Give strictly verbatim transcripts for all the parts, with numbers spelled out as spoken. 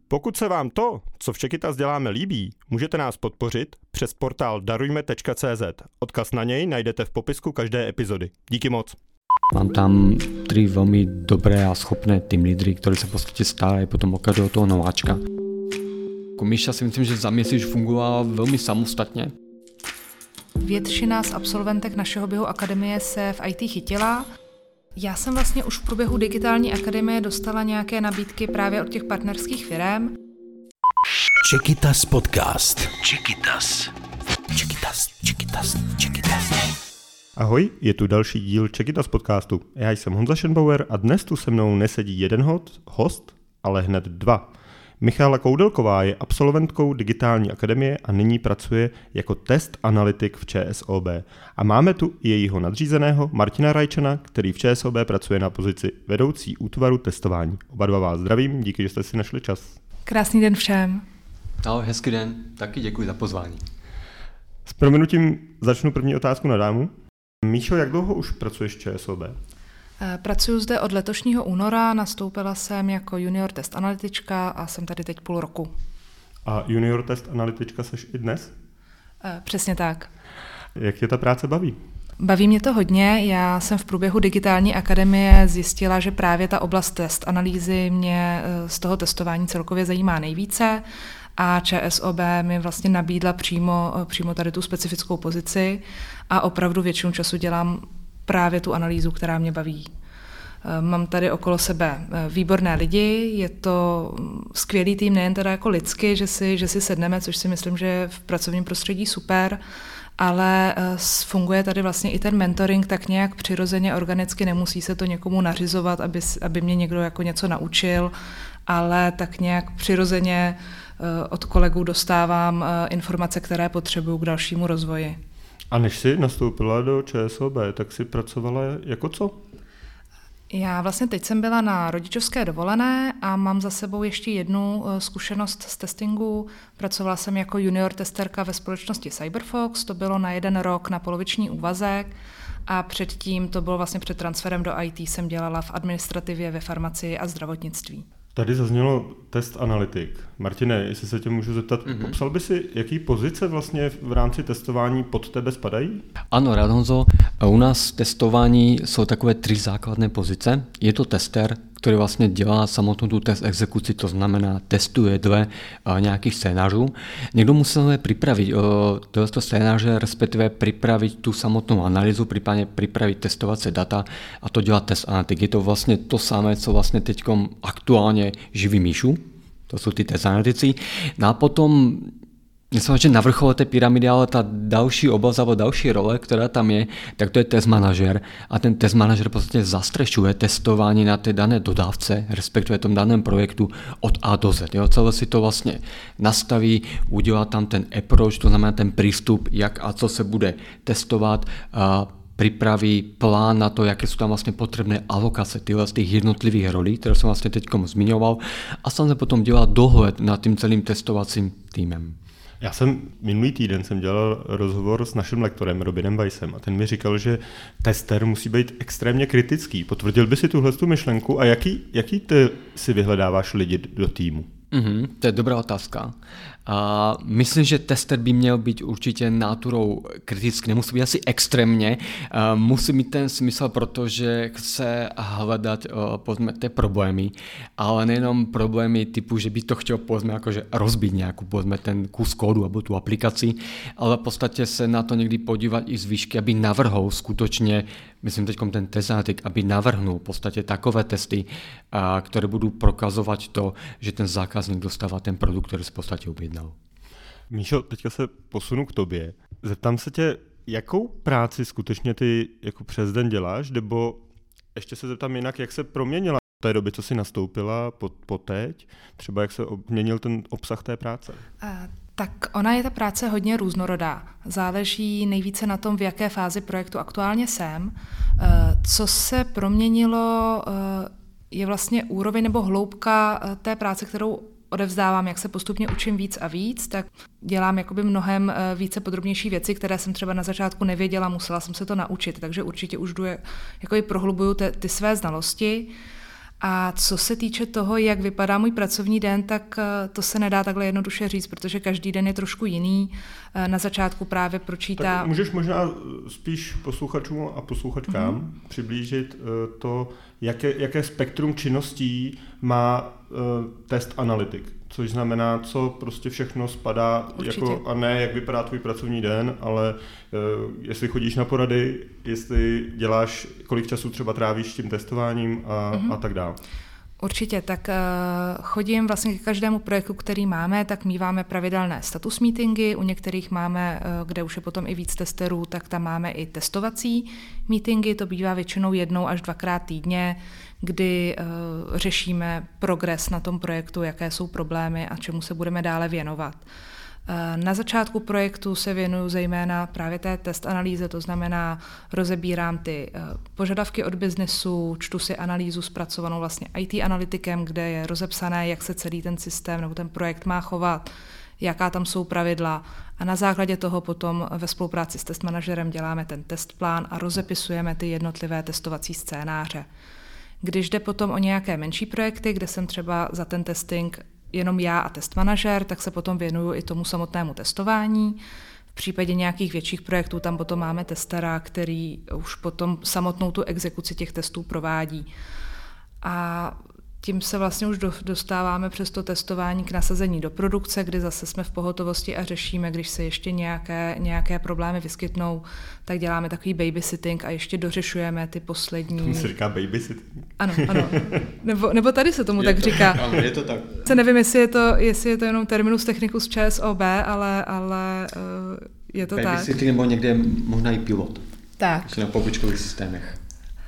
Pokud se vám to, co v Čekytas děláme, líbí, můžete nás podpořit přes portál darujme tečka cé zet. Odkaz na něj najdete v popisku každé epizody. Díky moc. Mám tam tri veľmi dobré a schopné tým lídry, ktorí sa v podstate starajú potom o každého toho nováčka. Míša si myslím, že za měsíc fungovala velmi samostatně. Většina z absolventek našeho běhu akademie se v í té chytila. Já jsem vlastně už v průběhu digitální akademie dostala nějaké nabídky právě od těch partnerských firem. Čekytas podcast. Čekytas. Čekytas, Čekytas, Čekytas. Ahoj, je tu další díl Čekytas podcastu. Já jsem Honza Schenbauer a dnes tu se mnou nesedí jeden host, ale hned dva. Michála Koudelková je absolventkou digitální akademie a nyní pracuje jako test analytik v ČSOB. A máme tu i jejího nadřízeného Martina Rajčana, který v ČSOB pracuje na pozici vedoucí útvaru testování. Oba dva vás zdravím, díky, že jste si našli čas. Krásný den všem. Ahoj, hezký den, taky děkuji za pozvání. S prominutím začnu první otázku na dámu. Míšo, jak dlouho už pracuješ v ČSOB? Pracuji zde od letošního února, nastoupila jsem jako junior test analytička a jsem tady teď půl roku. A junior test analytička seš i dnes? Přesně tak. Jak tě ta práce baví? Baví mě to hodně, já jsem v průběhu digitální akademie zjistila, že právě ta oblast test analýzy mě z toho testování celkově zajímá nejvíce a ČSOB mi vlastně nabídla přímo, přímo tady tu specifickou pozici a opravdu většinu času dělám právě tu analýzu, která mě baví. Mám tady okolo sebe výborné lidi, je to skvělý tým nejen teda jako lidsky, že si, že si sedneme, což si myslím, že je v pracovním prostředí super, ale funguje tady vlastně i ten mentoring tak nějak přirozeně, organicky, nemusí se to někomu nařizovat, aby, aby mě někdo jako něco naučil, ale tak nějak přirozeně od kolegů dostávám informace, které potřebuju k dalšímu rozvoji. A než jsi nastoupila do ČSOB, tak jsi pracovala jako co? Já vlastně teď jsem byla na rodičovské dovolené a mám za sebou ještě jednu zkušenost z testingu. Pracovala jsem jako junior testerka ve společnosti Cyberfox, to bylo na jeden rok na poloviční úvazek a předtím to bylo vlastně před transferem do í té jsem dělala v administrativě, ve farmacii a zdravotnictví. Tady zaznělo test analytik. Martine, jestli se tě můžu zeptat, mm-hmm. popsal by si, jaký pozice vlastně v rámci testování pod tebe spadají? Ano, rád Honzo. U nás v testování jsou takové tři základné pozice. Je to tester, který vlastně dělá samotnou tu test exekuci, to znamená testuje dle uh, nějakých scénářů. Někdo musel připravit uh, tyto scénáře, respektive připravit tu samotnou analýzu, případně připravit testovací data a to dělá test analytik. Je to vlastně to samé, co vlastně teďkom aktuálně živí Míšu, to jsou ty test analytici. No a potom myslím, že na vrchole té pyramidy, ale ta další oblast alebo další role, která tam je, tak to je test manažer. A ten test manažer v podstatě zastrešuje testování na té dané dodávce, respektive tom daném projektu od A do Z. Jo? Celé si to vlastně nastaví, udělá tam ten approach, to znamená ten přístup, jak a co se bude testovat, a připraví plán na to, jaké jsou tam vlastně potřebné alokace tyhle z těch jednotlivých rolí, které jsem vlastně teďkom zmiňoval, a samozřejmě potom dělá dohled nad tím celým testovacím týmem. Já jsem minulý týden jsem dělal rozhovor s naším lektorem Robinem Weissem a ten mi říkal, že tester musí být extrémně kritický. Potvrdil by si tuhle tu myšlenku a jaký, jaký ty si vyhledáváš lidi do týmu? Mm-hmm, to je dobrá otázka. A myslím, že tester by měl být určitě náturou kritický, nemusí být asi extrémně, a musí mít ten smysl, protože chce hledat povedzme ty problémy, ale nejenom problémy typu, že by to chtěl povedzme jakože rozbít nějakou povedzme ten kus kódu nebo tu aplikaci, ale v podstatě se na to někdy podívat i z výšky, aby navrhol skutečně, myslím teďkom ten test analytik, aby navrhnul v podstatě takové testy, a, které budou prokazovat to, že ten zákazník dostává ten produkt, který v podstatě objednal. Míšo, teďka se posunu k tobě. Zeptám se tě, jakou práci skutečně ty jako přes den děláš, nebo ještě se zeptám jinak, jak se proměnila v té doby, co jsi nastoupila po, po teď, třeba jak se obměnil ten obsah té práce? A, tak ona je ta práce hodně různorodá. Záleží nejvíce na tom, v jaké fázi projektu aktuálně jsem. Co se proměnilo, je vlastně úroveň nebo hloubka té práce, kterou odevzdávám, jak se postupně učím víc a víc, tak dělám jakoby mnohem více podrobnější věci, které jsem třeba na začátku nevěděla, musela jsem se to naučit, takže určitě už jdu, jakoby prohlubuju te, ty své znalosti. A co se týče toho, jak vypadá můj pracovní den, tak to se nedá takhle jednoduše říct, protože každý den je trošku jiný. Na začátku právě pročítá... Tak můžeš možná spíš posluchačům a posluchačkám mm-hmm. přiblížit to, jaké, jaké spektrum činností má test analytik. Což znamená, co prostě všechno spadá, jako, a ne jak vypadá tvůj pracovní den, ale uh, jestli chodíš na porady, jestli děláš, kolik času třeba trávíš tím testováním a, mm-hmm. a tak dále. Určitě, tak uh, chodím vlastně k každému projektu, který máme, tak míváme pravidelné status meetingy, u některých máme, uh, kde už je potom i víc testerů, tak tam máme i testovací meetingy, to bývá většinou jednou až dvakrát týdně, kdy uh, řešíme progres na tom projektu, jaké jsou problémy a čemu se budeme dále věnovat. Na začátku projektu se věnuju zejména právě té test analýze, to znamená rozebírám ty požadavky od biznesu, čtu si analýzu zpracovanou vlastně í té analytikem, kde je rozepsané, jak se celý ten systém nebo ten projekt má chovat, jaká tam jsou pravidla a na základě toho potom ve spolupráci s test manažerem děláme ten test plán a rozepisujeme ty jednotlivé testovací scénáře. Když jde potom o nějaké menší projekty, kde jsem třeba za ten testing jenom já a test manažer, tak se potom věnuju i tomu samotnému testování. V případě nějakých větších projektů tam potom máme testera, který už potom samotnou tu exekuci těch testů provádí. A tím se vlastně už dostáváme přes to testování k nasazení do produkce, kdy zase jsme v pohotovosti a řešíme, když se ještě nějaké, nějaké problémy vyskytnou, tak děláme takový babysitting a ještě dořešujeme ty poslední... Tomu se říká babysitting? Ano, ano. Nebo, nebo tady se tomu je tak to, říká. Ano, je to tak. Se nevím, jestli je to, jestli je to jenom terminus technicus ČSOB, ale, ale uh, je to babysitting tak. Babysitting nebo někde možná i pilot. Tak. Na pobočkových systémech.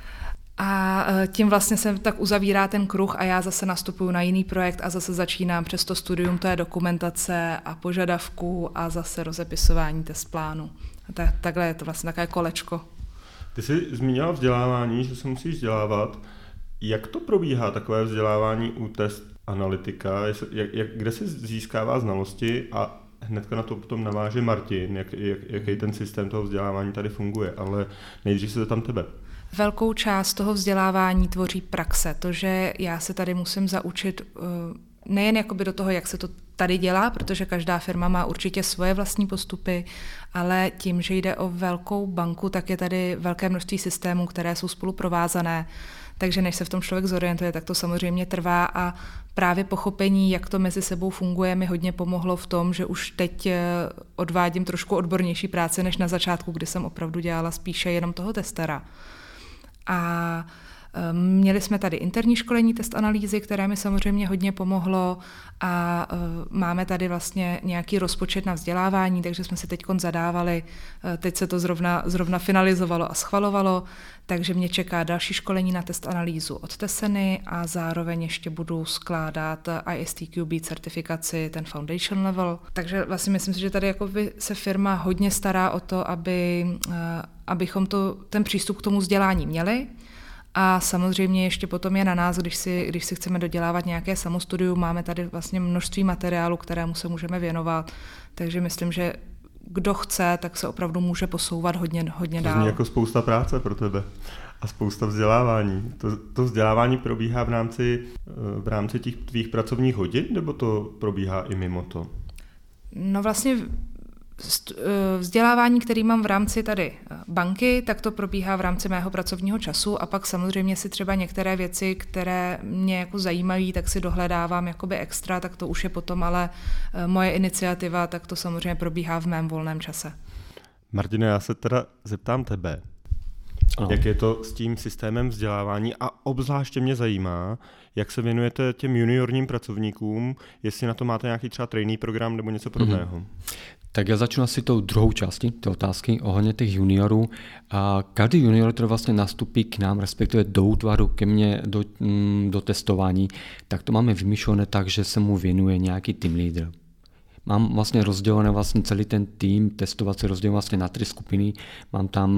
A tím vlastně se tak uzavírá ten kruh a já zase nastupuju na jiný projekt a zase začínám přes to studium té dokumentace a požadavků a zase rozepisování test plánu. A tak, takhle je to vlastně takové kolečko. Ty jsi zmínila vzdělávání, že se musíš vzdělávat. Jak to probíhá takové vzdělávání u test analytika? Jak, jak, kde se získává znalosti a hnedka na to potom naváže Martin, jak, jak, jaký ten systém toho vzdělávání tady funguje, ale nejdřív se tam tebe. Velkou část toho vzdělávání tvoří praxe, to, že já se tady musím zaučit nejen jakoby do toho, jak se to tady dělá, protože každá firma má určitě svoje vlastní postupy, ale tím, že jde o velkou banku, tak je tady velké množství systémů, které jsou spolu provázané, takže než se v tom člověk zorientuje, tak to samozřejmě trvá a právě pochopení, jak to mezi sebou funguje, mi hodně pomohlo v tom, že už teď odvádím trošku odbornější práci, než na začátku, kdy jsem opravdu dělala spíše jenom toho testera. A měli jsme tady interní školení test analýzy, které mi samozřejmě hodně pomohlo a máme tady vlastně nějaký rozpočet na vzdělávání, takže jsme si teďkon zadávali, teď se to zrovna, zrovna finalizovalo a schvalovalo, takže mě čeká další školení na test analýzu od Teseny a zároveň ještě budu skládat I S T Q B certifikaci, ten foundation level. Takže vlastně myslím si, že tady jakoby se firma hodně stará o to, aby, abychom to, ten přístup k tomu vzdělání měli. A samozřejmě ještě potom je na nás, když si, když si chceme dodělávat nějaké samostudium, máme tady vlastně množství materiálu, kterému se můžeme věnovat, takže myslím, že kdo chce, tak se opravdu může posouvat hodně, hodně dál. To zní jako spousta práce pro tebe a spousta vzdělávání. To, to vzdělávání probíhá v rámci, v rámci těch tvých pracovních hodin, nebo to probíhá i mimo to? No vlastně vzdělávání, který mám v rámci tady banky, tak to probíhá v rámci mého pracovního času a pak samozřejmě si třeba některé věci, které mě jako zajímají, tak si dohledávám jakoby extra, tak to už je potom ale moje iniciativa, tak to samozřejmě probíhá v mém volném čase. Martine, já se teda zeptám tebe, ano. Jak je to s tím systémem vzdělávání a obzvláště mě zajímá, jak se věnujete těm juniorním pracovníkům, jestli na to máte nějaký třeba trainee program nebo něco podobného. Mm-hmm. Tak já začnu asi tou druhou částí té otázky ohledně těch juniorů. A každý junior, který vlastně nastupí k nám, respektive do útvaru ke mně do, do testování, tak to máme vymyšlené tak, že se mu věnuje nějaký team leader. Mám vlastně rozdělené vlastně celý ten tým testovací rozdělený vlastně na tři skupiny. Mám tam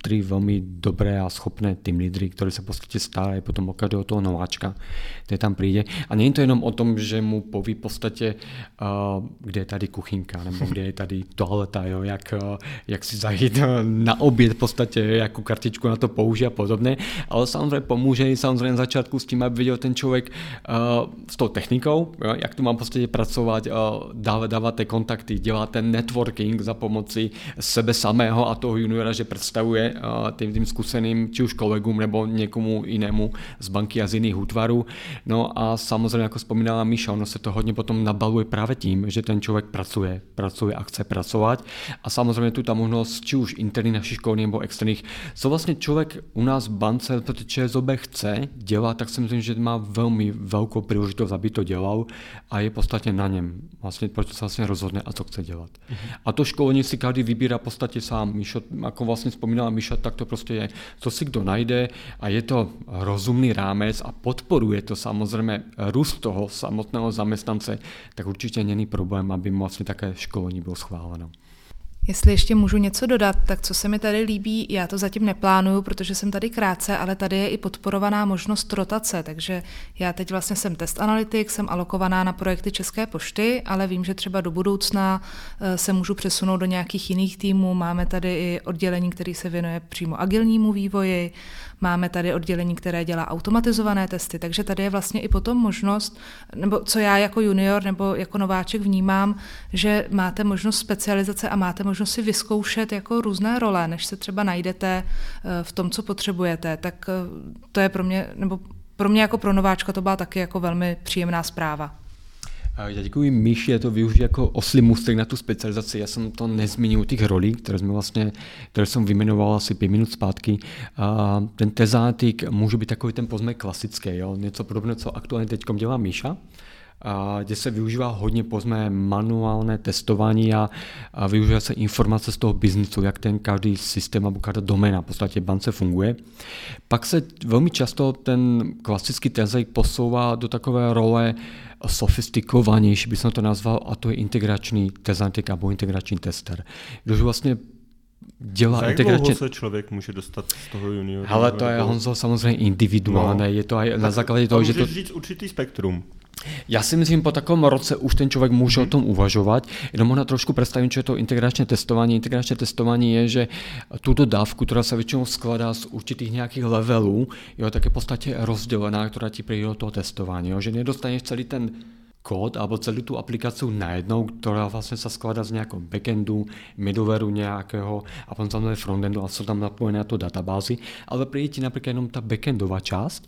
tri veľmi dobré a schopné team lídry, ktorí sa v podstate starajú potom o každého toho nováčka, ktorý tam príde. A nie je to jenom o tom, že mu poví v podstate, uh, kde je tady kuchynka, nebo kde je tady toaleta, jo, jak, uh, jak si zajít na oběd v podstate, jakú kartičku na to použije a podobne. Ale samozrejme pomôže i samozrejme na začiatku s tým, aby videl ten človek uh, s tou technikou, jo, jak tu mám v podstate pracovať, uh, dáva, dáva tie kontakty, dělá ten networking za pomoci sebe samého a toho juniora, že predstavuje uh, tým, tým skúseným, či už kolegům nebo někomu inému z banky a z iných útvarů. No a samozřejmě, jako spomínala Míša, ono se to hodně potom nabaluje právě tím, že ten člověk pracuje, pracuje a chce pracovat. A samozřejmě tu ta možnost, či už interných našich školních nebo externích, co vlastně člověk u nás v bance, protože ČSOB chce dělat, tak si myslím, že má velmi velkou příležitost, aby to dělal a je podstatně na něm, vlastně, proč se vlastně rozhodne a co chce dělat. Mm-hmm. A to školení si každý vybírá v podstatě sám. Míšo, jako vlastně vzpomínala Míša, tak to prostě je, co si kdo najde a je to rozumný rámec a podporuje to samozřejmě růst toho samotného zaměstnance, tak určitě není problém, aby mu vlastně také školení bylo schváleno. Jestli ještě můžu něco dodat, tak co se mi tady líbí, já to zatím neplánuju, protože jsem tady krátce, ale tady je i podporovaná možnost rotace, takže já teď vlastně jsem test analytik, jsem alokovaná na projekty České pošty, ale vím, že třeba do budoucna se můžu přesunout do nějakých jiných týmů, máme tady i oddělení, který se věnuje přímo agilnímu vývoji, máme tady oddělení, které dělá automatizované testy, takže tady je vlastně i potom možnost, nebo co já jako junior nebo jako nováček vnímám, že máte možnost specializace a máte možnost si vyzkoušet jako různé role, než se třeba najdete v tom, co potřebujete, tak to je pro mě, nebo pro mě jako pro nováčka to byla taky jako velmi příjemná zpráva. Já děkuji Míši, já to využiju jako oslý můstek na tu specializaci. Já jsem to nezmínil u těch rolí, které jsme vlastně, které jsem vyjmenoval asi pět minut zpátky. A ten tezátik může být takový ten pozměk klasický, jo? Něco podobného, co aktuálně teď dělá Míša, a kde se využívá hodně pozme manuálné testování a, a využívá se informace z toho biznisu, jak ten každý systém nebo každá doména v podstatě bance funguje. Pak se velmi často ten klasický tezaik posouvá do takové role sofistikovanější, bych to nazval, a to je integrační tezantik nebo integrační tester. Když vlastně dělá za jak integračně... dlouho se člověk může dostat z toho juniora? Ale to je, Honzo, samozřejmě individuálné. No. Je to aj na základě toho, že to... říct určitý spektrum. Já si myslím, po takovém roce už ten člověk může hmm. o tom uvažovat. Jenom možná trošku představím, čo je to integračné testování. Integračné testování je, že tuto dávku, která se většinou skladá z určitých nějakých levelů, jo, tak je v podstatě rozdělená, která ti přijde do toho testování. Jo, že nedostaneš celý ten kód alebo celú tú aplikáciu najednou, ktorá vlastne sa skladá z nejakého backendu, middlewareu nejakého a potom samozrejme frontendu a sú tam napojené na to databázy, ale príde ti napríklad jenom tá backendová časť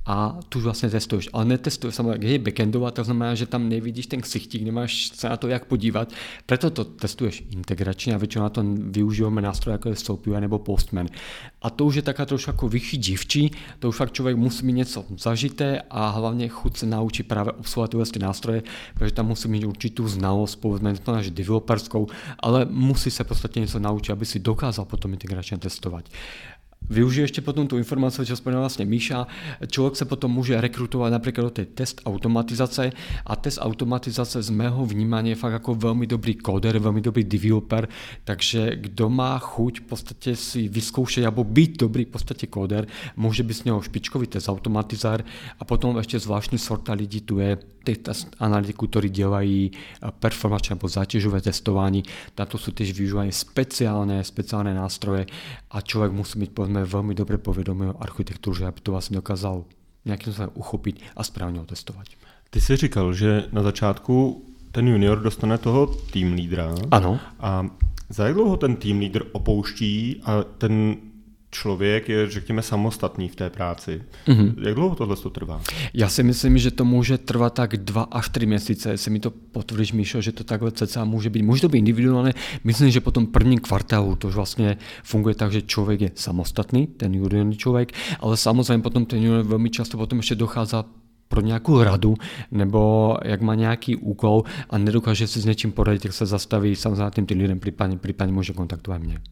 a tu už vlastně testuješ, ale netestuješ samozřejmě, když je backendová, to znamená, že tam nevidíš ten ksichtík, nemáš se na to jak podívat, proto to testuješ integračně a většinou na to využíváme nástroje jako je SoapUI nebo Postman. A to už je taká trošku jako vyšší dívčí, to už fakt člověk musí mít něco zažité a hlavně chuť se naučit právě obsluhovat tyhle nástroje, protože tam musí mít určitou znalost, povedzme to náš developerskou, ale musí se podstatně něco naučit, aby si dokázal potom integračně testovat. Využije ještě potom tu informaci, čo spomínala vlastně Míša. Člověk se potom může rekrutovat například do té test automatizace a test automatizace z mého vnímání je fakt jako velmi dobrý kóder, velmi dobrý developer, takže kdo má chuť v podstatě si vyzkoušet nebo být dobrý v podstatě kóder, může být z něho špičkový test automatizár a potom ještě zvláštní sorta lidí tu je test analytiků, ktorí dělají performačné nebo zátěžové testování. Tato jsou tež využívají speciálne, speciálne nástroje a člověk musí mít povedzme velmi dobré povědomí o architekturu, že aby to vlastně dokázal nějakým způsobem uchopit a správně otestovat. Ty jsi říkal, že na začátku ten junior dostane toho team lídra. Ano. A za jak dlouho ten team lídr opouští a ten člověk je, řekněme, samostatný v té práci. Mm-hmm. Jak dlouho tohle to trvá? Já si myslím, že to může trvat tak dva až tři měsíce. Jestli mi to potvrdíš, Míšo, že to takhle cca může být. Může to být individuálně. Myslím, že potom prvním kvartálu to už vlastně funguje tak, že člověk je samostatný, ten juniorní člověk, ale samozřejmě potom ten junior velmi často potom ještě dochází pro nějakou radu, nebo jak má nějaký úkol a nedokáže si s něčím poradit, tak se zastaví samozřejmě tím lidem, případně, případně může kontaktovat mě.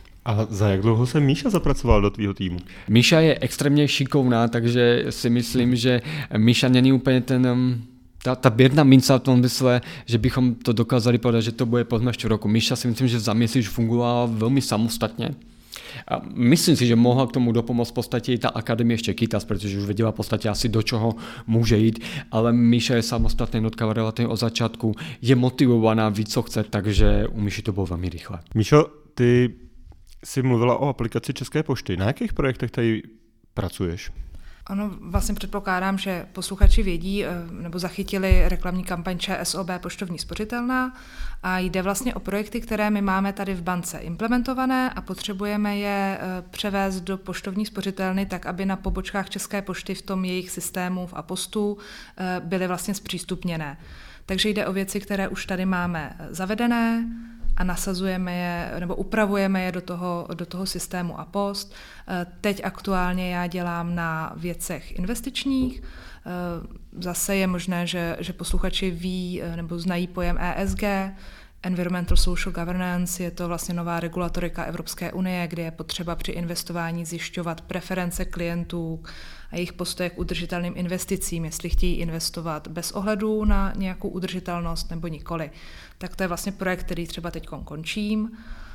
A za jak dlouho se Míša zapracoval do tvýho týmu? Míša je extrémně šikovná, takže si myslím, že Míša není úplně ten... Ta, ta běrná minca v tom mysle, že bychom to dokázali povedať, že to bude povedzme ešte v roku. Míša si myslím, že za měsíc fungovala velmi samostatně. A myslím si, že mohla k tomu dopomoct v podstatě i ta akademie Čekytas, protože už věděla v podstatě asi do čoho může jít, ale Míša je samostatná jednotka relativně od začátku, je motivovaná, ví, co chce, takže u Míši to bylo velmi rychle. Míšo, ty jsi mluvila o aplikaci České pošty. Na jakých projektech tady pracuješ? Ano, vlastně předpokládám, že posluchači vědí nebo zachytili reklamní kampaň ČSOB Poštovní spořitelná a jde vlastně o projekty, které my máme tady v bance implementované a potřebujeme je převést do poštovní spořitelny tak, aby na pobočkách České pošty v tom jejich systému a postu byly vlastně zpřístupněné. Takže jde o věci, které už tady máme zavedené a nasazujeme je nebo upravujeme je do toho, do toho systému a post. Teď aktuálně já dělám na věcech investičních. Zase je možné, že, že posluchači ví nebo znají pojem E S G, Environmental Social Governance, je to vlastně nová regulatorika Evropské unie, kde je potřeba při investování zjišťovat preference klientů a jejich postoje k udržitelným investicím, jestli chtějí investovat bez ohledu na nějakou udržitelnost nebo nikoli. Tak to je vlastně projekt, který třeba teď končím.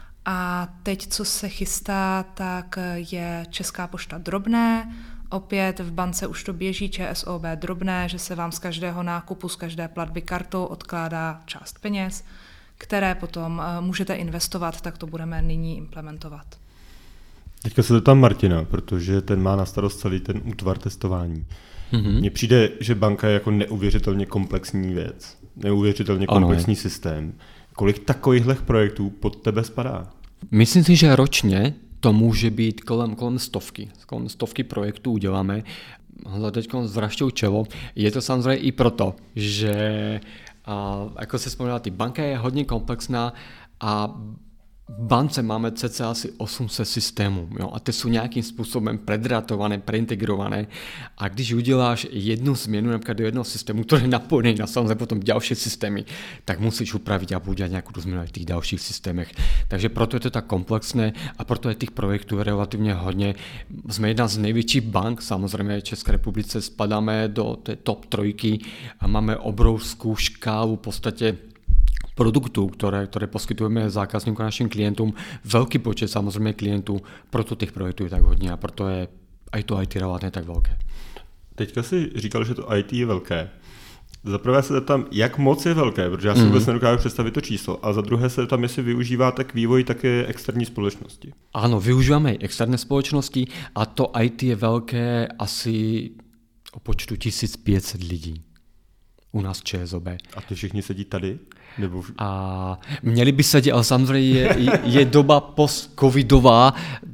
A teď, co se chystá, tak je Česká pošta drobné. Opět v bance už to běží ČSOB drobné, že se vám z každého nákupu, z každé platby kartou odkládá část peněz, které potom můžete investovat, tak to budeme nyní implementovat. Teďka se zeptám Martina, protože ten má na starost celý ten útvar testování. Mm-hmm. Mně přijde, že banka je jako neuvěřitelně komplexní věc, neuvěřitelně komplexní ano, systém. Kolik takovýchhle projektů pod tebe spadá? Myslím si, že ročně to může být kolem, kolem stovky. Kolem stovky projektů uděláme. Teď zvrašťou čelo. Je to samozřejmě i proto, že a jako se vzpomínala, ty banka je hodně komplexná a v bance máme cca asi osm set systémů, jo, a ty jsou nějakým způsobem predratované, preintegrované a když uděláš jednu změnu například do jednoho systému, který je napojený na samozřejmě potom další systémy, tak musíš upravit a udělat nějakou změnu v těch dalších systémech. Takže proto je to tak komplexné a proto je těch projektů relativně hodně. Jsme jedna z největších bank, samozřejmě v České republice spadáme do té top trojky a máme obrovskou škálu v podstatě produktů, které, které poskytujeme zákazníkům a našim klientům, velký počet samozřejmě klientů, proto těch projektů je tak hodně a proto je i to í té relativně tak velké. Teďka si říkal, že to í té je velké. Za prvé se zeptám, jak moc je velké, protože já si mm. vůbec nedokážu představit to číslo, a za druhé se zeptám, jestli využíváte k vývoji také externí společnosti. Ano, využíváme i externé společnosti a to í té je velké asi o počtu tisíc pět set lidí. U nás ČSOB. A ty všichni sedí tady? Nebo... A měli by sedět, ale samozřejmě je, je doba post-covidová,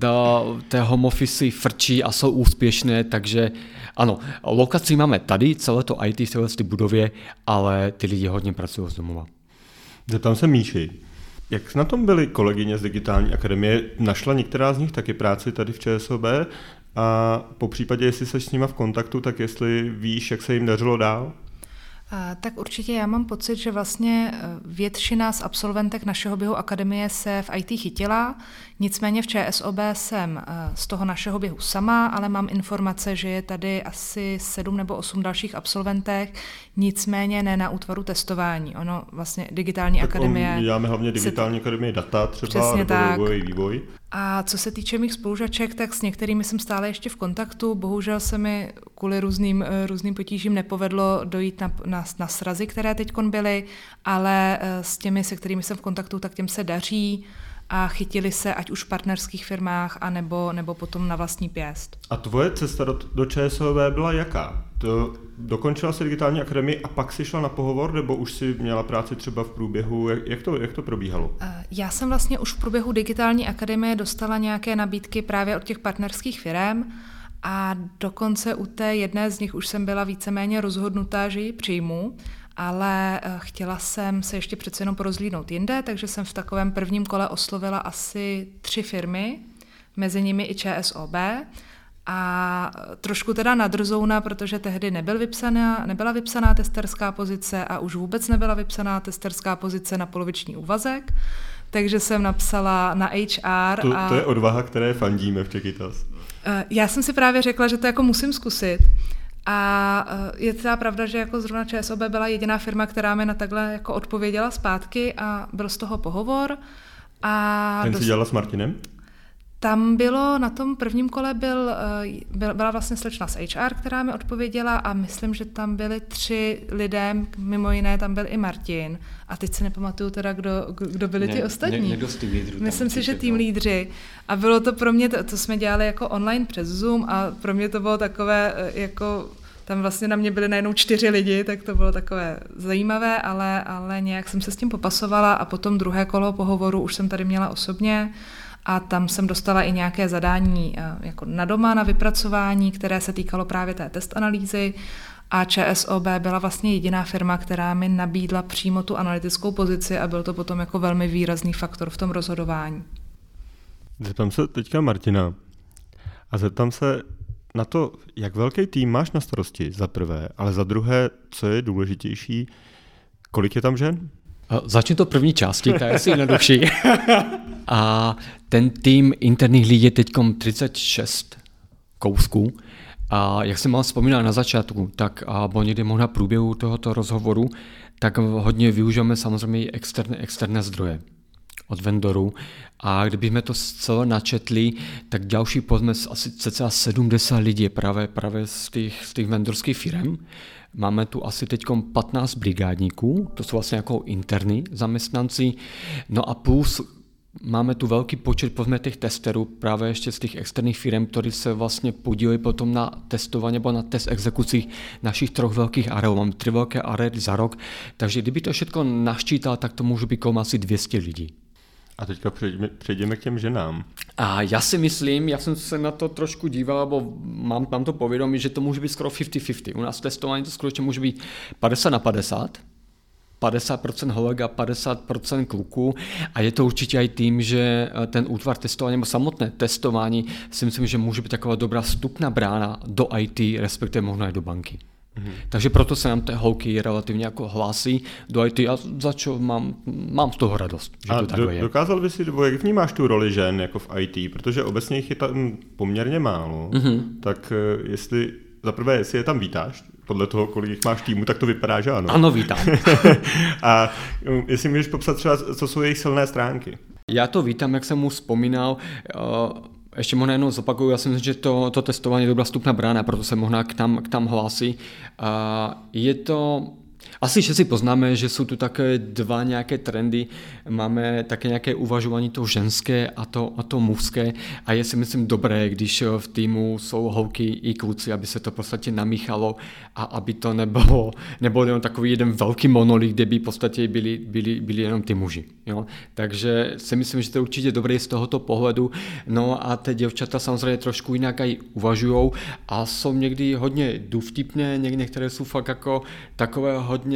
té home office frčí a jsou úspěšné, takže ano, lokaci máme tady, celé to í té v této budově, ale ty lidi hodně pracují z domova. Zeptám se Míši, jak na tom byly kolegyně z Digitální akademie? Našla některá z nich taky práci tady v ČSOB? A po případě, jestli jsi s nima v kontaktu, tak jestli víš, jak se jim dařilo dál? Tak určitě já mám pocit, že vlastně většina z absolventek našeho běhu akademie se v í té chytila, nicméně v ČSOB jsem z toho našeho běhu sama, ale mám informace, že je tady asi sedm nebo osm dalších absolventek, nicméně ne na útvaru testování. Ono vlastně Digitální tak akademie... My děláme hlavně Digitální se... akademie data třeba, nebo vývoj, vývoj. A co se týče mých spolužaček, tak s některými jsem stále ještě v kontaktu. Bohužel se mi kvůli různým, různým potížím nepovedlo dojít na, na, na srazy, které teďkon byly, ale s těmi, se kterými jsem v kontaktu, tak těm se daří a chytili se ať už v partnerských firmách, anebo, nebo potom na vlastní pěst. A tvoje cesta do, do ČSOB byla jaká? To dokončila jsi Digitální akademii a pak si šla na pohovor, nebo už si měla práci třeba v průběhu? Jak, jak, to, jak to probíhalo? Já jsem vlastně už v průběhu Digitální akademie dostala nějaké nabídky právě od těch partnerských firem a dokonce u té jedné z nich už jsem byla víceméně rozhodnutá, že ji přijmu, ale chtěla jsem se ještě přece jenom porozhlídnout jinde, takže jsem v takovém prvním kole oslovila asi tři firmy, mezi nimi i ČSOB, a trošku teda nadrzouna, protože tehdy nebyl vypsaná, nebyla vypsaná testerská pozice a už vůbec nebyla vypsaná testerská pozice na poloviční úvazek, takže jsem napsala na há er. To, a... to je odvaha, které fandíme v Čekytas. Já jsem si právě řekla, že to jako musím zkusit. A je teda pravda, že jako zrovna ČSOB byla jediná firma, která mi na takhle jako odpověděla zpátky a byl z toho pohovor. A Ten dost... si dělala s Martinem? Tam bylo, na tom prvním kole byl, byla vlastně slečna z H R, která mi odpověděla a myslím, že tam byli tři lidé, mimo jiné tam byl i Martin. A teď se nepamatuju teda, kdo, kdo byli ne, ty ostatní. Ne, někdo z tým lídrů. Myslím si, že tým lídři. A bylo to pro mě, to, to jsme dělali jako online přes Zoom a pro mě to bylo takové, jako tam vlastně na mě byly najednou čtyři lidi, tak to bylo takové zajímavé, ale, ale nějak jsem se s tím popasovala a potom druhé kolo pohovoru už jsem tady měla osobně. A tam jsem dostala i nějaké zadání jako na doma, na vypracování, které se týkalo právě té test analýzy. A ČSOB byla vlastně jediná firma, která mi nabídla přímo tu analytickou pozici a byl to potom jako velmi výrazný faktor v tom rozhodování. Zeptám se teďka Martina a zeptám se na to, jak velký tým máš na starosti za prvé, ale za druhé, co je důležitější, kolik je tam žen? Začnu to první části, ta je asi jednodušší. A ten tým interních lidí je teď třicet šest kousků. A jak jsem mal vzpomínal na začátku, tak a bo někdy možná v průběhu tohoto rozhovoru, tak hodně využijeme samozřejmě i externé, externé zdroje od vendorů. A kdybychom to celé načetli, tak další pozme asi cca sedmdesát lidí právě, právě z těch, z těch vendorských firm. Máme tu asi teď patnáct brigádníků, to jsou vlastně jako interní zaměstnanci, no a plus máme tu velký počet povedzme těch testerů právě ještě z těch externích firm, kteří se vlastně podílejí potom na testování nebo na test exekucích našich troch velkých areů. Máme tři velké areály za rok, takže kdyby to všechno naščítal, tak to může být kolem asi dvě stě lidí. A teďka přejdeme, přejdeme k těm ženám. A já si myslím, já jsem se na to trošku díval, bo mám, mám to povědomí, že to může být skoro padesát na padesát. U nás testování to skutečně může být padesát na padesát. padesát procent holek a padesát procent kluků a je to určitě i tím, že ten útvar testování nebo samotné testování si myslím, že může být taková dobrá vstupná brána do í té, respektive možná i do banky. Mm-hmm. Takže proto se nám ty holky relativně jako hlásí do í té a za čo mám, mám z toho radost, že a to takhle do, je. Dokázal by si, nebo jak vnímáš tu roli žen jako v í té, protože obecně jich je tam poměrně málo, mm-hmm. tak jestli, zaprvé, jestli je tam vítáš, podle toho, kolik jich máš týmu, tak to vypadá, že ano. Ano, vítám. A jestli můžeš popsat třeba, co jsou jejich silné stránky? Já to vítám, jak jsem mu vzpomínal. Ještě možná jenom zopakuju, já si myslím, že to, to testování je dobrá vstupná brána, proto se možná k tam, k tam hlásí. Je to... Asi všetci poznáme, že jsou tu také dva nějaké trendy. Máme také nějaké uvažování to ženské a to, a to mužské. A je si myslím dobré, když v týmu jsou holky i kluci, aby se to v podstatě namíchalo a aby to nebylo, nebylo jenom takový jeden velký monolit, kde by v podstatě byli, byli, byli jenom ty muži. Jo? Takže si myslím, že to je určitě dobré z tohoto pohledu. No a ty děvčata samozřejmě trošku jinak aj uvažujou a jsou někdy hodně důvtipné, některé jsou fakt jako takové hodně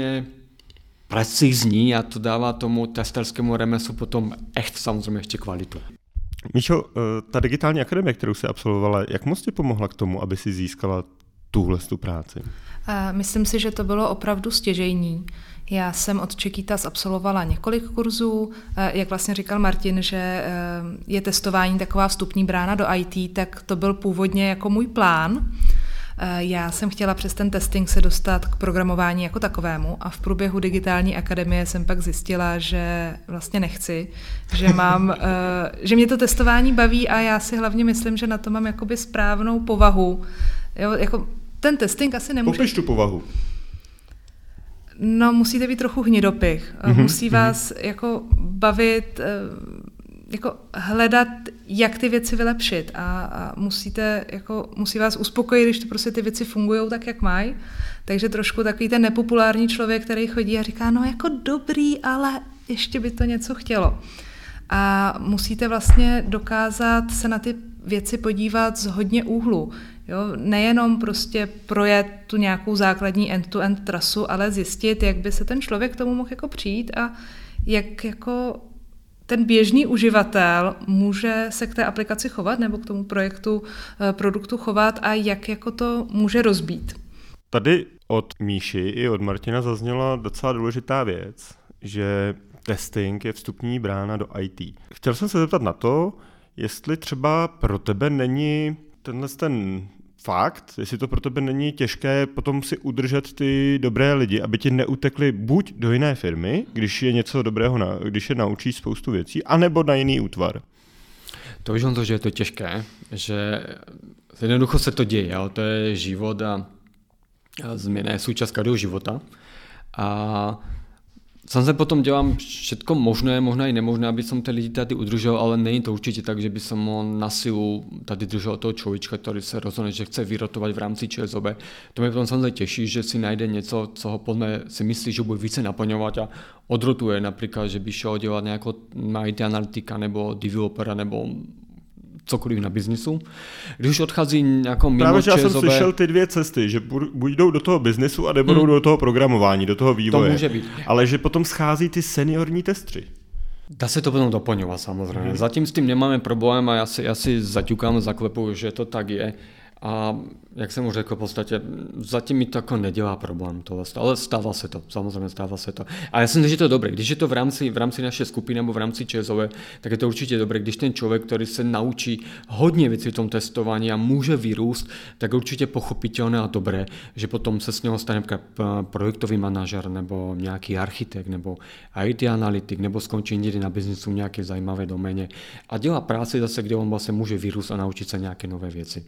precizní a to dává tomu testerskému remeslu potom echt samozřejmě ještě kvalitu. Míšo, ta digitální akademie, kterou jsi absolvovala, jak moc ti pomohla k tomu, aby si získala tuhle tu práci? Myslím si, že to bylo opravdu stěžejní. Já jsem od Čekitas absolvovala několik kurzů. Jak vlastně říkal Martin, že je testování taková vstupní brána do í té, tak to byl původně jako můj plán. Já jsem chtěla přes ten testing se dostat k programování jako takovému a v průběhu digitální akademie jsem pak zjistila, že vlastně nechci, že mám, že mě to testování baví a já si hlavně myslím, že na to mám jakoby správnou povahu. Jo, jako ten testing asi nemůže... Popiš tu povahu. No, musíte být trochu hnidopich. Mm-hmm. Musí vás mm-hmm. jako bavit... jako hledat, jak ty věci vylepšit a, a musíte, jako, musí vás uspokojit, když to prostě ty věci fungují tak, jak mají. Takže trošku takový ten nepopulární člověk, který chodí a říká, no jako dobrý, ale ještě by to něco chtělo. A musíte vlastně dokázat se na ty věci podívat z hodně úhlu. Jo? Nejenom prostě projet tu nějakou základní end-to-end trasu, ale zjistit, jak by se ten člověk k tomu mohl jako přijít a jak jako ten běžný uživatel může se k té aplikaci chovat nebo k tomu projektu, produktu chovat a jak jako to může rozbít. Tady od Míši i od Martina zazněla docela důležitá věc, že testing je vstupní brána do í té. Chtěl jsem se zeptat na to, jestli třeba pro tebe není tenhle ten fakt, jestli to pro tebe není těžké potom si udržet ty dobré lidi, aby ti neutekli buď do jiné firmy, když je něco dobrého, na, když je naučíš spoustu věcí, anebo na jiný útvar. To víš, to, že je to těžké, že jednoducho se to děje, jo? To je život a změna je súčasť každého života. A Samozrejme potom dělám všetko možné, možná i nemožné, aby som tie lidi tady udržel, ale není to určite tak, že by som ho na silu tady držel toho človečka, ktorý sa rozhodne, že chce vyrotovať v rámci ČSOB. To mě potom samozřejmě těší, že si najde něco, co ho podle si myslí, že bude více naplňovat a odrotuje, například, že by šel dělat nějakého í té analytika nebo developera nebo cokoliv na biznisu. Když už odchází nějakou mimo Právě, že já ČSOB, jsem slyšel ty dvě cesty, že buď jdou do toho biznisu a nebudou hmm. do toho programování, do toho vývoje. To může být. Ale že potom schází ty seniorní testři. Dá se to potom doplňovat samozřejmě. Hmm. Zatím s tím nemáme problém a já si, já si zaťukám, zaklepuju, že to tak je. A jak jsem už řekl, v podstatě zatím mi to jako nedělá problém tohle, ale stává se to, samozřejmě stává se to. A já si myslím, že to je dobré, když je to v rámci, v rámci naší skupiny nebo v rámci ČSOB, tak je to určitě dobré, když ten člověk, který se naučí hodně věcí v tom testování a může vyrůst, tak je určitě pochopitelné a dobré, že potom se z něho stane projektový manažer nebo nějaký architekt nebo í té analytik nebo skončí někdy na biznisu v nějaké zajímavé doméně a dělá práci zase, kde on vlastně může vyrůst a naučit se nějaké nové věci.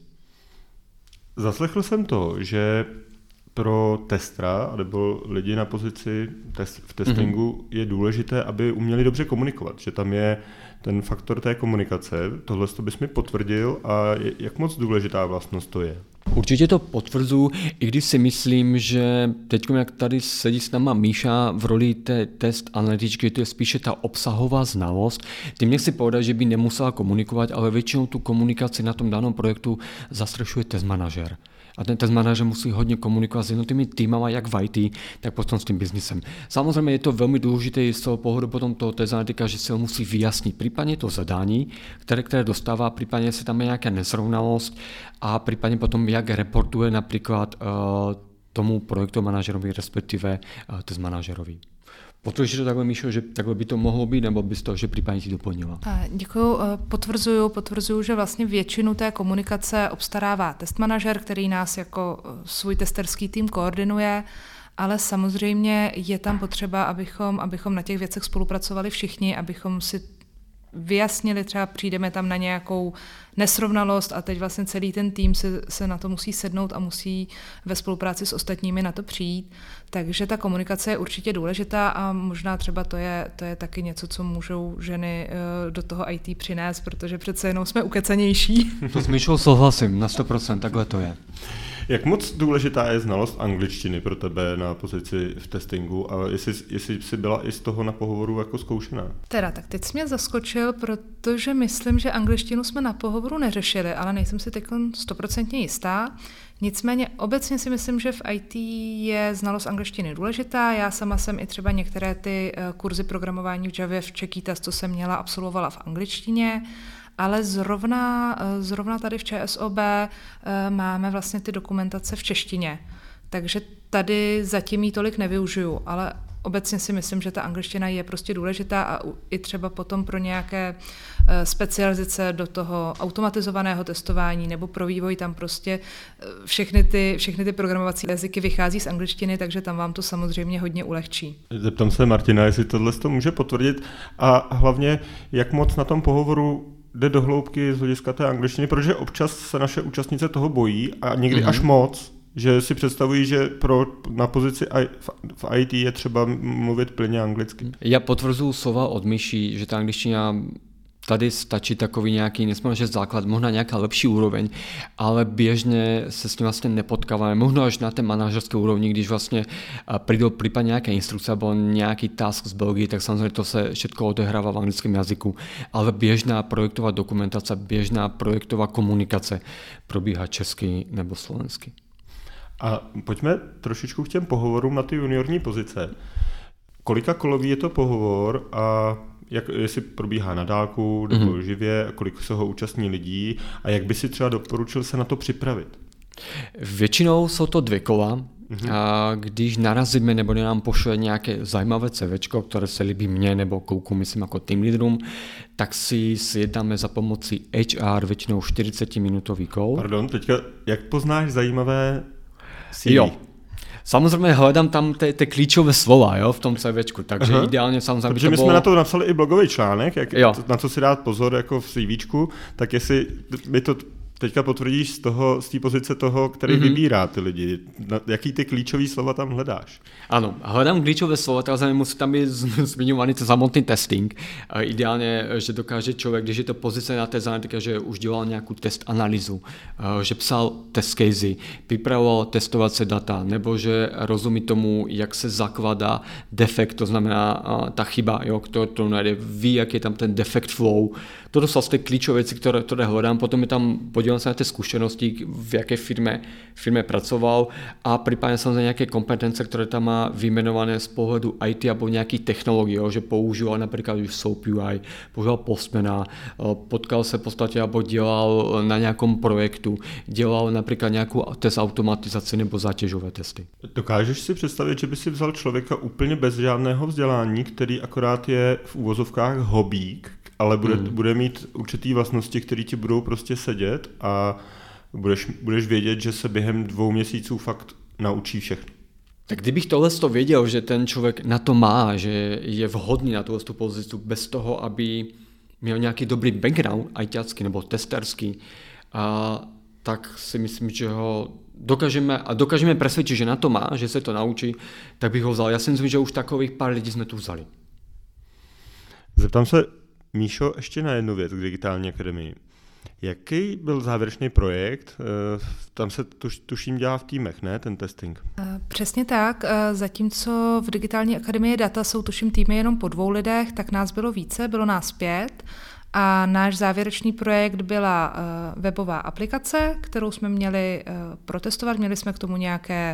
Zaslechl jsem to, že pro testera nebo lidi na pozici test, v testingu mm-hmm. je důležité, aby uměli dobře komunikovat, že tam je ten faktor té komunikace. Tohle to bys mi potvrdil a jak moc důležitá vlastnost to je? Určitě to potvrdzuju, i když si myslím, že teď, jak tady sedí s náma Míša v roli té test analytičky, to je spíše ta obsahová znalost. Tím nechci povedať, že by nemusela komunikovat, ale většinou tu komunikaci na tom danom projektu zastrešuje test manažer. A ten test manažer musí hodně komunikovat s jednotými týmama, jak v í té, tak potom s tím biznisem. Samozřejmě je to velmi důležité z toho pohledu potom toho test analytika, že se ho musí vyjasnit. Případně to zadání, které, které dostává, případně jestli tam je nějaká nesrovnalost a případně potom jak reportuje například uh, tomu projektu manažerovi, respektive uh, test manažerovi. Potvrdíš to takhle, Míšo, že takhle by to mohlo být, nebo bys to, že případně ti doplnila? Děkuju, potvrzuju, potvrzuju, že vlastně většinu té komunikace obstarává test manažer, který nás jako svůj testerský tým koordinuje, ale samozřejmě je tam potřeba, abychom, abychom na těch věcech spolupracovali všichni, abychom si vyjasnili, třeba přijdeme tam na nějakou nesrovnalost a teď vlastně celý ten tým se, se na to musí sednout a musí ve spolupráci s ostatními na to přijít. Takže ta komunikace je určitě důležitá a možná třeba to je, to je taky něco, co můžou ženy do toho í té přinést, protože přece jenom jsme ukecanější. To s Míšou souhlasím, na sto procent, takhle to je. Jak moc důležitá je znalost angličtiny pro tebe na pozici v testingu a jestli, jestli jsi byla i z toho na pohovoru jako zkoušená? Teda, tak teď jsi mě zaskočil, protože myslím, že angličtinu jsme na pohovoru neřešili, ale nejsem si teď stoprocentně jistá. Nicméně obecně si myslím, že v í té je znalost angličtiny důležitá. Já sama jsem i třeba některé ty kurzy programování v Javě v Čekitas, co jsem měla, absolvovala v angličtině. Ale zrovna, zrovna tady v ČSOB máme vlastně ty dokumentace v češtině. Takže tady zatím ji tolik nevyužiju, ale obecně si myslím, že ta angličtina je prostě důležitá a i třeba potom pro nějaké specializace do toho automatizovaného testování nebo pro vývoj tam prostě všechny ty, všechny ty programovací jazyky vychází z angličtiny, takže tam vám to samozřejmě hodně ulehčí. Zeptám se Martina, jestli tohle to může potvrdit a hlavně, jak moc na tom pohovoru jde do hloubky z hlediska té angličtiny, protože občas se naše účastnice toho bojí a někdy mm-hmm. až moc, že si představují, že pro, na pozici v í té je třeba mluvit plně anglicky. Já potvrzuju slova od Myší, že ta angličtina tady stačí takový nějaký, nesmím že základ, možná nějaká lepší úroveň, ale běžně se s tím vlastně nepotkáváme. Možná až na té manažerské úrovni, když vlastně přijdou případně nějaké instrukce nebo nějaký task z Belgie, tak samozřejmě to se všechno odehrává v anglickém jazyku, ale běžná projektová dokumentace, běžná projektová komunikace probíhá česky nebo slovensky. A pojďme trošičku k těm pohovorům na ty juniorní pozice. Kolika kolový je to pohovor a jak, jestli probíhá na dálku nebo mm-hmm. živě, kolik se ho účastní lidí a jak by si třeba doporučil se na to připravit? Většinou jsou to dvě kola. Mm-hmm. A když narazíme nebo nám pošle nějaké zajímavé CVčko, které se líbí mně nebo kouku, myslím jako team leaderům, tak si sjednáme za pomocí há er většinou čtyřicetiminutový call. Pardon, teďka jak poznáš zajímavé C V? Jo. Samozřejmě hledám tam ty, ty klíčové slova, jo, v tom CVčku, takže Aha. ideálně samozřejmě protože by to my bylo... jsme na to napsali i blogový článek, jak, na co si dát pozor jako v CVčku, tak jestli by to teďka potvrdíš z toho, z té pozice toho, který mm-hmm. vybírá ty lidi. Jaký ty klíčový slova tam hledáš? Ano, hledám klíčové slova, takže musí tam být zmiňovaný samotný testing. Ideálně, že dokáže člověk, když je to pozice na test analytika, že už dělal nějakou test analýzu, že psal test casey, připravoval testovací data, nebo že rozumí tomu, jak se zakládá defekt, to znamená ta chyba, jo, kdo to najde, ví, jak je tam ten defect flow. Toto jsou ty klíčové věci, které, které hledám. Potom je tam podívám se na ty zkušenosti, v jaké firmě, firmě pracoval a případně samozřejmě nějaké kompetence, které tam má vyjmenované z pohledu í té nebo nějakých technologií, jo, že používal například už SOAP U I, používal Postmana, potkal se v podstatě nebo dělal na nějakom projektu, dělal například nějakou test automatizaci nebo zátěžové testy. Dokážeš si představit, že by si vzal člověka úplně bez žádného vzdělání, který akorát je v úvozovkách hobík, ale bude, hmm. bude mít určitý vlastnosti, které ti budou prostě sedět a budeš, budeš vědět, že se během dvou měsíců fakt naučí všechno. Tak kdybych tohle to věděl, že ten člověk na to má, že je vhodný na tuhle pozici bez toho, aby měl nějaký dobrý background, ajťácký nebo testerský, a tak si myslím, že ho dokážeme, a dokážeme přesvědčit, že na to má, že se to naučí, tak bych ho vzal. Já si myslím, že už takových pár lidí jsme tu vzali. Zeptám se, Míšo, ještě na jednu věc k Digitální akademii. Jaký byl závěrečný projekt? Tam se tuš, tuším dělá v týmech, ne, ten testing? Přesně tak. Zatímco v Digitální akademii data jsou tuším týmy jenom po dvou lidech, tak nás bylo více, bylo nás pět. A náš závěrečný projekt byla webová aplikace, kterou jsme měli protestovat. Měli jsme k tomu nějaké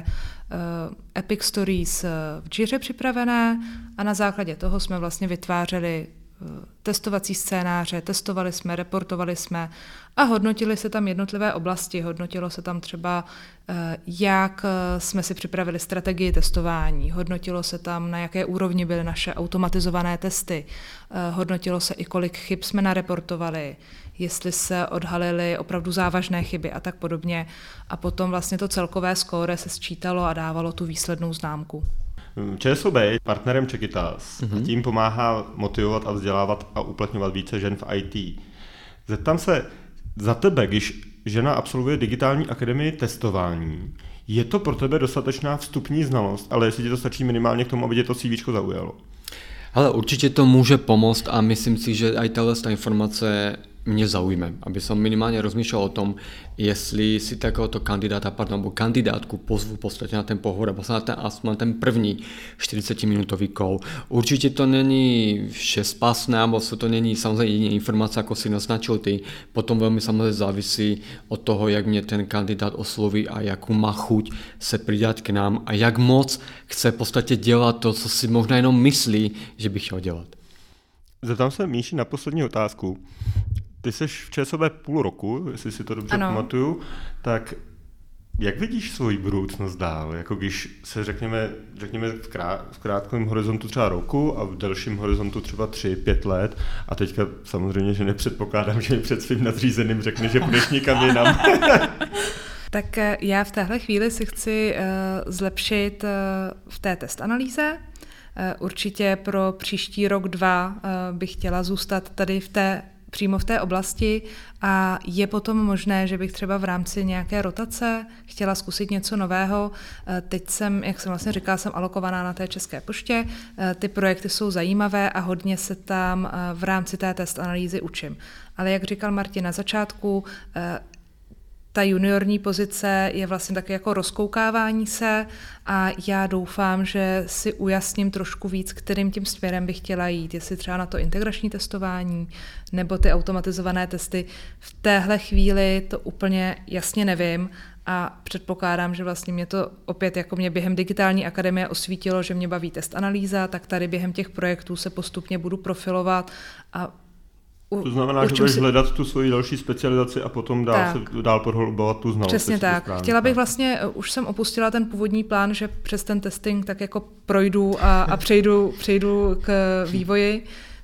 Epic Stories v Jiře připravené a na základě toho jsme vlastně vytvářeli testovací scénáře, testovali jsme, reportovali jsme a hodnotili se tam jednotlivé oblasti. Hodnotilo se tam třeba, jak jsme si připravili strategii testování, hodnotilo se tam, na jaké úrovni byly naše automatizované testy, hodnotilo se i, kolik chyb jsme nareportovali, jestli se odhalily opravdu závažné chyby a tak podobně. A potom vlastně to celkové skóre se sčítalo a dávalo tu výslednou známku. ČSOB je partnerem Čekytas mm-hmm. a tím pomáhá motivovat a vzdělávat a uplatňovat více žen v í té. Zeptám se, za tebe, když žena absolvuje Digitální akademii testování, je to pro tebe dostatečná vstupní znalost, ale jestli ti to stačí minimálně k tomu, aby tě to CVčko zaujalo? Ale určitě to může pomoct a myslím si, že i tahle informace mě zaujme, aby som minimálně rozmýšlel o tom, jestli si takéhoto kandidáta, pardon, nebo kandidátku pozvu v podstatě na ten pohovor, nebo na ten, aspoň ten první čtyřicetiminutový call. Určitě to není všespásné, nebo to není samozřejmě jediná informace, jako si naznačil ty. Potom velmi samozřejmě závisí od toho, jak mě ten kandidát osloví a jakou má chuť se přidat k nám a jak moc chce v podstatě dělat to, co si možná jenom myslí, že by chtěl dělat. Zeptám se Míši na poslední otázku. Ty jsi v ČSOB půl roku, jestli si to dobře ano. pamatuju, tak jak vidíš svoji budoucnost dál? Jako když se řekněme, řekněme v, krát, v krátkém horizontu třeba roku a v delším horizontu třeba tři, pět let a teďka samozřejmě, že nepředpokládám, že mi před svým nadřízeným řekne, že půjdeš někam jinam. Tak já v téhle chvíli si chci uh, zlepšit uh, v té test analýze. Uh, určitě pro příští rok, dva uh, bych chtěla zůstat tady v té přímo v té oblasti a je potom možné, že bych třeba v rámci nějaké rotace chtěla zkusit něco nového. Teď jsem, jak jsem vlastně říkala, jsem alokovaná na té České poště. Ty projekty jsou zajímavé a hodně se tam v rámci té test analýzy učím. Ale jak říkal Martin na začátku, ta juniorní pozice je vlastně taky jako rozkoukávání se a já doufám, že si ujasním trošku víc, kterým tím směrem bych chtěla jít, jestli třeba na to integrační testování nebo ty automatizované testy. V téhle chvíli to úplně jasně nevím a předpokládám, že vlastně mě to opět jako mě během Digitální akademie osvítilo, že mě baví test analýza, tak tady během těch projektů se postupně budu profilovat a to znamená, že budeš si hledat tu svoji další specializaci a potom dál, se, dál podhlubovat tu znalost. Přesně tak. Správně. Chtěla bych vlastně, už jsem opustila ten původní plán, že přes ten testing tak jako projdu a, a přejdu, přejdu k vývoji,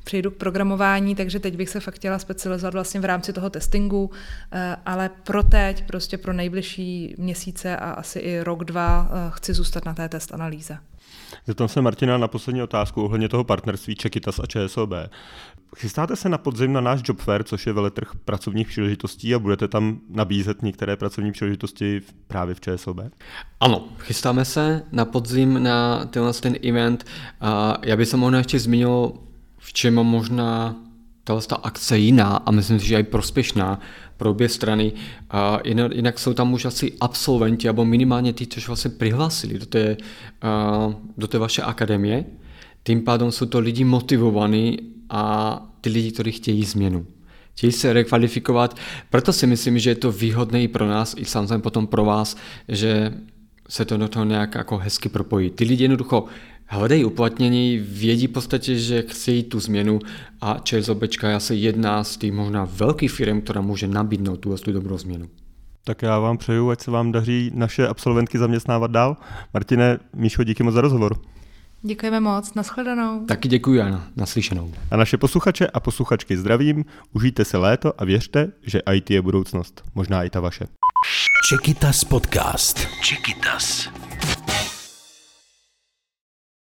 přejdu k programování, takže teď bych se fakt chtěla specializovat vlastně v rámci toho testingu, ale pro teď, prostě pro nejbližší měsíce a asi i rok, dva chci zůstat na té test analýze. Zeptám se Martina na poslední otázku ohledně toho partnerství Čekytas a ČSOB. Chystáte se na podzim na náš Job Fair, což je veletrh pracovních příležitostí, a budete tam nabízet některé pracovní příležitosti právě v ČSOB? Ano, chystáme se na podzim na tenhle ten event. Já bych se možná ještě zmínil, v čem možná tahle akce jiná a myslím si, že je prospěšná pro obě strany. Jinak jsou tam už asi absolventi, nebo minimálně ty, což vlastně přihlásili do té, do té vaše akademie. Tím pádem jsou to lidi motivovaní a ty lidi, kteří chtějí změnu. Chtějí se rekvalifikovat, proto si myslím, že je to výhodné i pro nás, i samozřejmě potom pro vás, že se to do toho nějak jako hezky propojí. Ty lidi jednoducho hledají uplatnění, vědí v podstatě, že chtějí tu změnu a ČSOBčka je asi jedna z těch možná velkých firm, která může nabídnout tu, tu dobrou změnu. Tak já vám přeju, ať se vám daří naše absolventky zaměstnávat dál. Martine, Míšo, díky moc za rozhovor. Děkujeme moc, nashledanou. Taky děkuji, Jana, naslyšenou. A naše posluchače a posluchačky zdravím, užijte se léto a věřte, že í té je budoucnost, možná i ta vaše. Čekytas podcast. Čekytas.